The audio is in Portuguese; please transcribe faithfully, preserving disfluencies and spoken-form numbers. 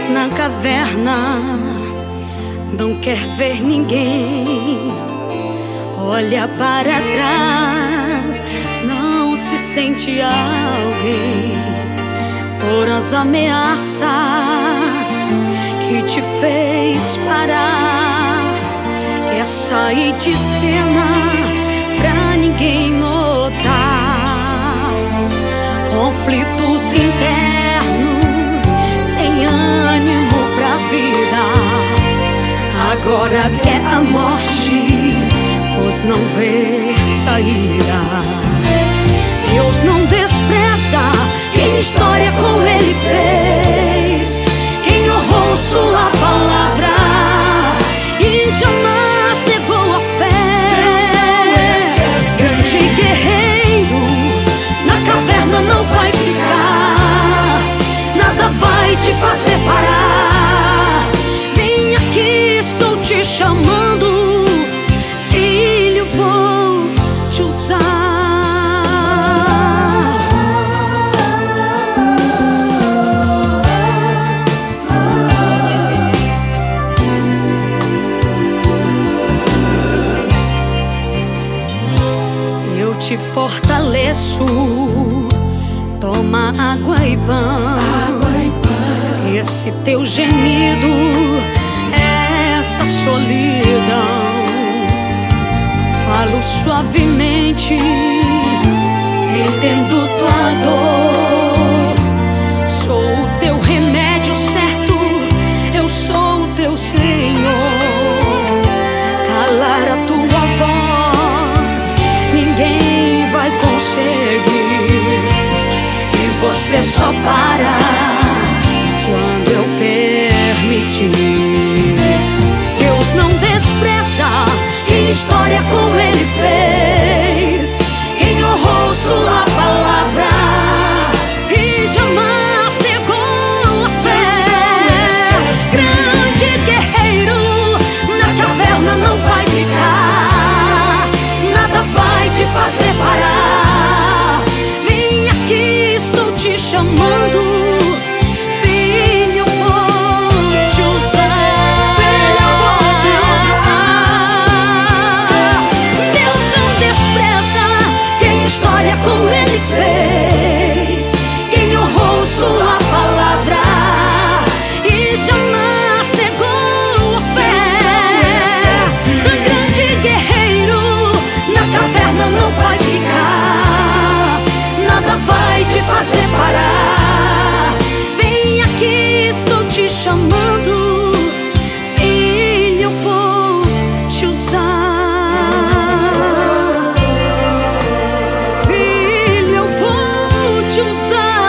mas na caverna não quer ver ninguém. Olha para trás, não se sente alguém. Foram as ameaças que te fez parar. Quer sair de cena pra ninguém notar. Conflitos internos, sem ânimo pra vida. Agora quer a morte, pois não vê saída. Deus não despreza quem história com Ele fez, quem honrou sua palavra e jamais negou a fé. Grande guerreiro, na caverna não vai ficar, nada vai te fazer parar. Vem aqui, estou te chamando, filho, vou te usar. Eu te fortaleço, toma água e pão. Esse teu gemido, essa solidão. Falo suavemente, entendo tua dor. Sou o teu remédio certo, eu sou o teu Senhor. Calar a tua voz ninguém vai conseguir, e você só para quando eu permitir. Deus não despreza quem história com Ele fez, quem honrou sua palavra e jamais negou a fé. Grande guerreiro, na caverna não vai ficar, nada vai te fazer parar. Vem aqui, estou te chamando, filho, eu vou te usar. Filho, eu vou te usar. Deus não despreza quem história com Ele fez, quem honrou sua palavra e jamais negou a fé. Grande guerreiro, na caverna não vai ficar, nada vai te fazer parar. Vem aqui, estou te chamando, filho, eu vou te usar. Filho, eu vou te usar.